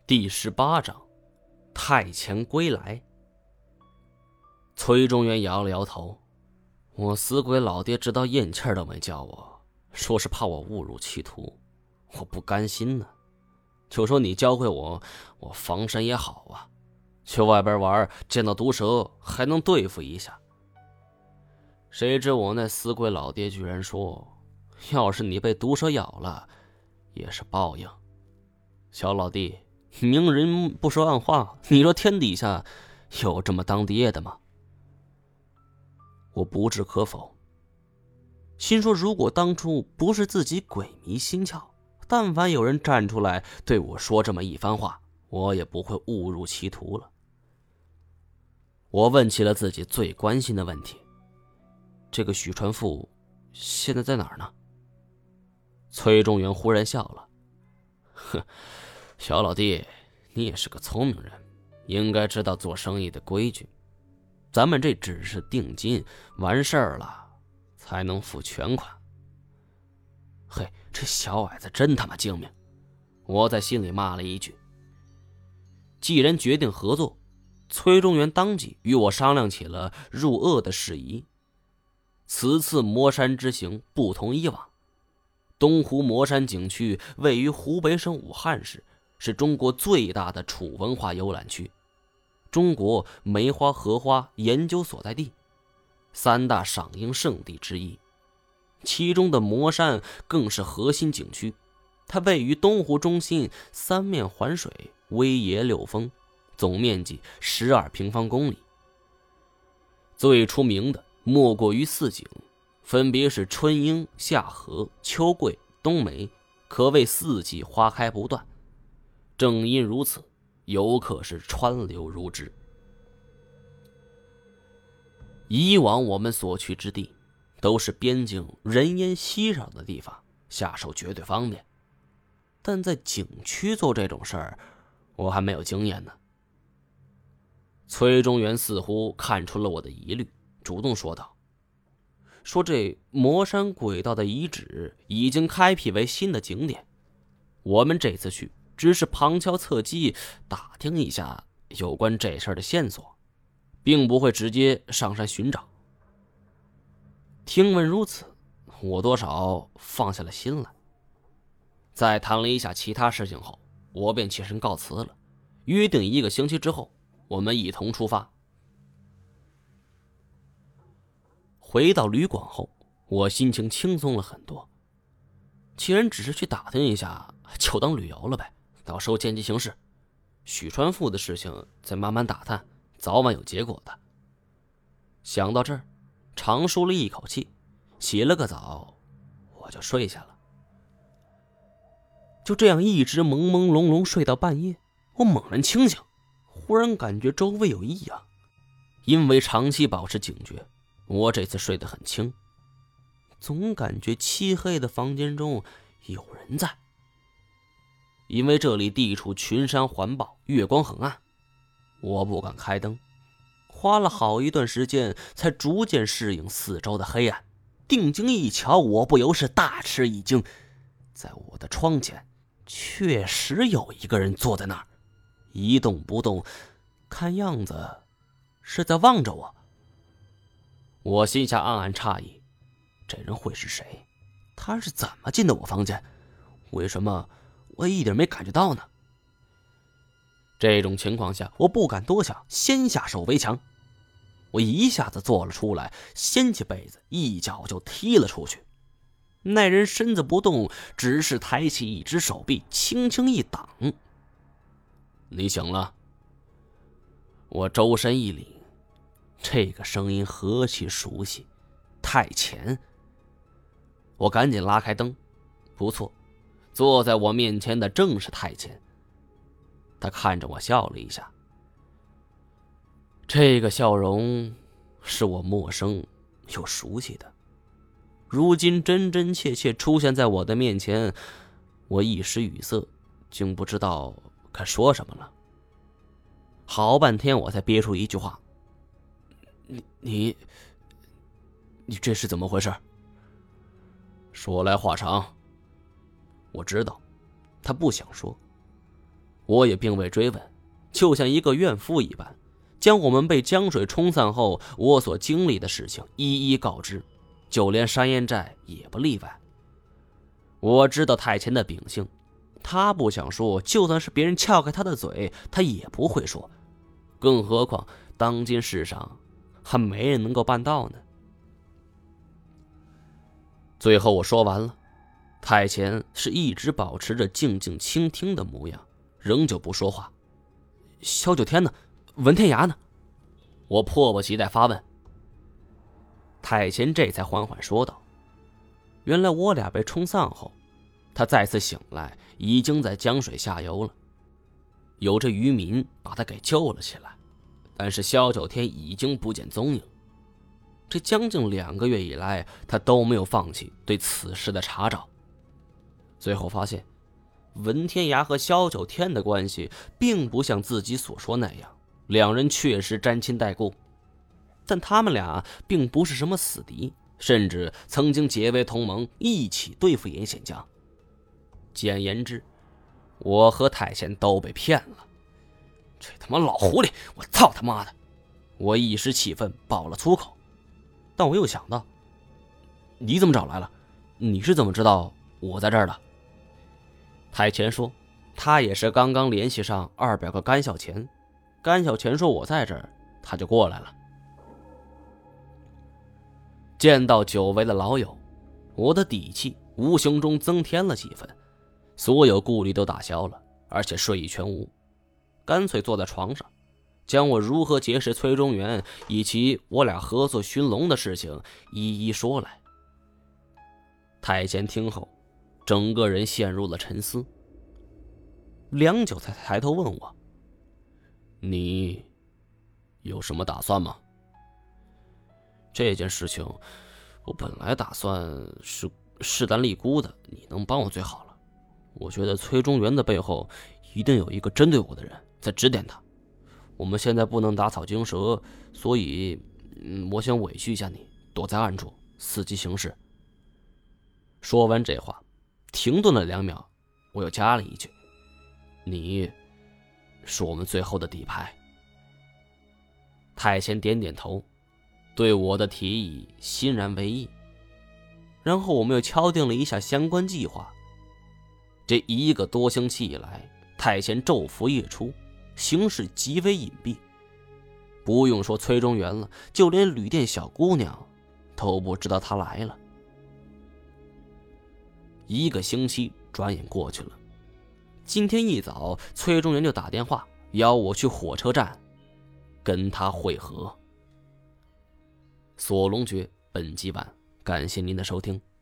第18章太前归来。崔中原摇了摇头，我死鬼老爹直到咽气都没叫我，说是怕我误入歧途，我不甘心呢。就说你教会我防身也好啊，去外边玩见到毒蛇还能对付一下。谁知我那死鬼老爹居然说，要是你被毒蛇咬了也是报应。小老弟，明人不说暗话，你说天底下有这么当爹的吗？我不置可否，心说如果当初不是自己鬼迷心窍，但凡有人站出来对我说这么一番话，我也不会误入歧途了。我问起了自己最关心的问题，这个许传富现在在哪儿呢？崔中原忽然笑了，哼，小老弟，你也是个聪明人，应该知道做生意的规矩。咱们这只是定金，完事儿了才能付全款。嘿，这小矮子真他妈精明！我在心里骂了一句。既然决定合作，崔中原当即与我商量起了入鄂的事宜。此次魔山之行不同以往，东湖魔山景区位于湖北省武汉市，是中国最大的楚文化游览区，中国梅花荷花研究所在地，3大赏樱圣地之一。其中的魔山更是核心景区，它位于东湖中心，3面环水，威野6峰，总面积12平方公里。最出名的莫过于4景，分别是春樱、夏荷、秋桂、冬梅，可谓4季花开不断。正因如此，游客是川流如织。以往我们所去之地都是边境人烟稀少的地方，下手绝对方便，但在景区做这种事儿，我还没有经验呢。崔中原似乎看出了我的疑虑，主动说道，说这魔山轨道的遗址已经开辟为新的景点，我们这次去只是旁敲侧击打听一下有关这事儿的线索，并不会直接上山寻找。听闻如此，我多少放下了心来。在谈了一下其他事情后，我便起身告辞了，约定1个星期之后我们一同出发。回到旅馆后，我心情轻松了很多。既然只是去打听一下，就当旅游了呗，到时候见机行事。许传富的事情再慢慢打探，早晚有结果的。想到这儿，长舒了一口气，洗了个澡，我就睡下了。就这样一直朦朦胧胧睡到半夜，我猛然清醒，忽然感觉周围有异样。因为长期保持警觉，我这次睡得很轻，总感觉漆黑的房间中有人在。因为这里地处群山环抱，月光很暗，我不敢开灯，花了好一段时间才逐渐适应四周的黑暗。定睛一瞧，我不由是大吃一惊，在我的窗前确实有一个人坐在那儿，一动不动，看样子是在望着我。我心下暗暗诧异，这人会是谁？他是怎么进的我房间？为什么我一点没感觉到呢？这种情况下，我不敢多想，先下手为强。我一下子坐了出来，掀起被子，一脚就踢了出去。那人身子不动，只是抬起一只手臂，轻轻一挡。你醒了？我周身一凛，这个声音何其熟悉，太前。我赶紧拉开灯，不错，坐在我面前的正是太前。他看着我笑了一下，这个笑容是我陌生又熟悉的，如今真真切切出现在我的面前，我一时语塞，竟不知道该说什么了。好半天我才憋出一句话，你这是怎么回事？说来话长。我知道他不想说， 我也并未追问，就像一个怨妇一般，将我们被江水冲散后我所经历的事情一一告知，就连山烟寨也不例外。我知道太前的秉性，他不想说，就算是别人撬开他的嘴，他也不会说，更何况当今世上还没人能够办到呢。最后我说完了，太前是一直保持着静静倾听的模样，仍旧不说话。萧九天呢？文天涯呢？我迫不及待发问。太前这才缓缓说道：原来我俩被冲散后，他再次醒来，已经在江水下游了。有着渔民把他给救了起来，但是萧九天已经不见踪影。这将近2个月以来，他都没有放弃对此事的查找。最后发现，文天涯和萧九天的关系并不像自己所说那样，两人确实沾亲带故，但他们俩并不是什么死敌，甚至曾经结为同盟，一起对付严显江。简言之，我和太前都被骗了。这他妈老狐狸，我操他妈的！我一时气愤爆了粗口。但我又想到，你怎么找来了？你是怎么知道我在这儿的？太前说，他也是刚刚联系上二表哥甘小钱，甘小钱说我在这儿，他就过来了。见到久违的老友，我的底气无形中增添了几分，所有顾虑都打消了，而且睡意全无，干脆坐在床上，将我如何结识崔中原以及我俩合作寻龙的事情一一说来。太监听后，整个人陷入了沉思，良久才抬头问我：你有什么打算吗？这件事情我本来打算是势单力孤的，你能帮我最好了。我觉得崔中原的背后一定有一个针对我的人在指点他，我们现在不能打草惊蛇，所以我想委屈一下你，躲在暗处伺机行事。说完这话，停顿了2秒，我又加了一句：你是我们最后的底牌。太监点点头，对我的提议欣然为意。然后我们又敲定了一下相关计划。这1个多星期以来，太监昼伏夜出，行事极为隐蔽。不用说崔中原了，就连旅店小姑娘都不知道他来了。1个星期转眼过去了，今天一早，崔中原就打电话邀我去火车站跟他会合。锁龙诀本集完，感谢您的收听。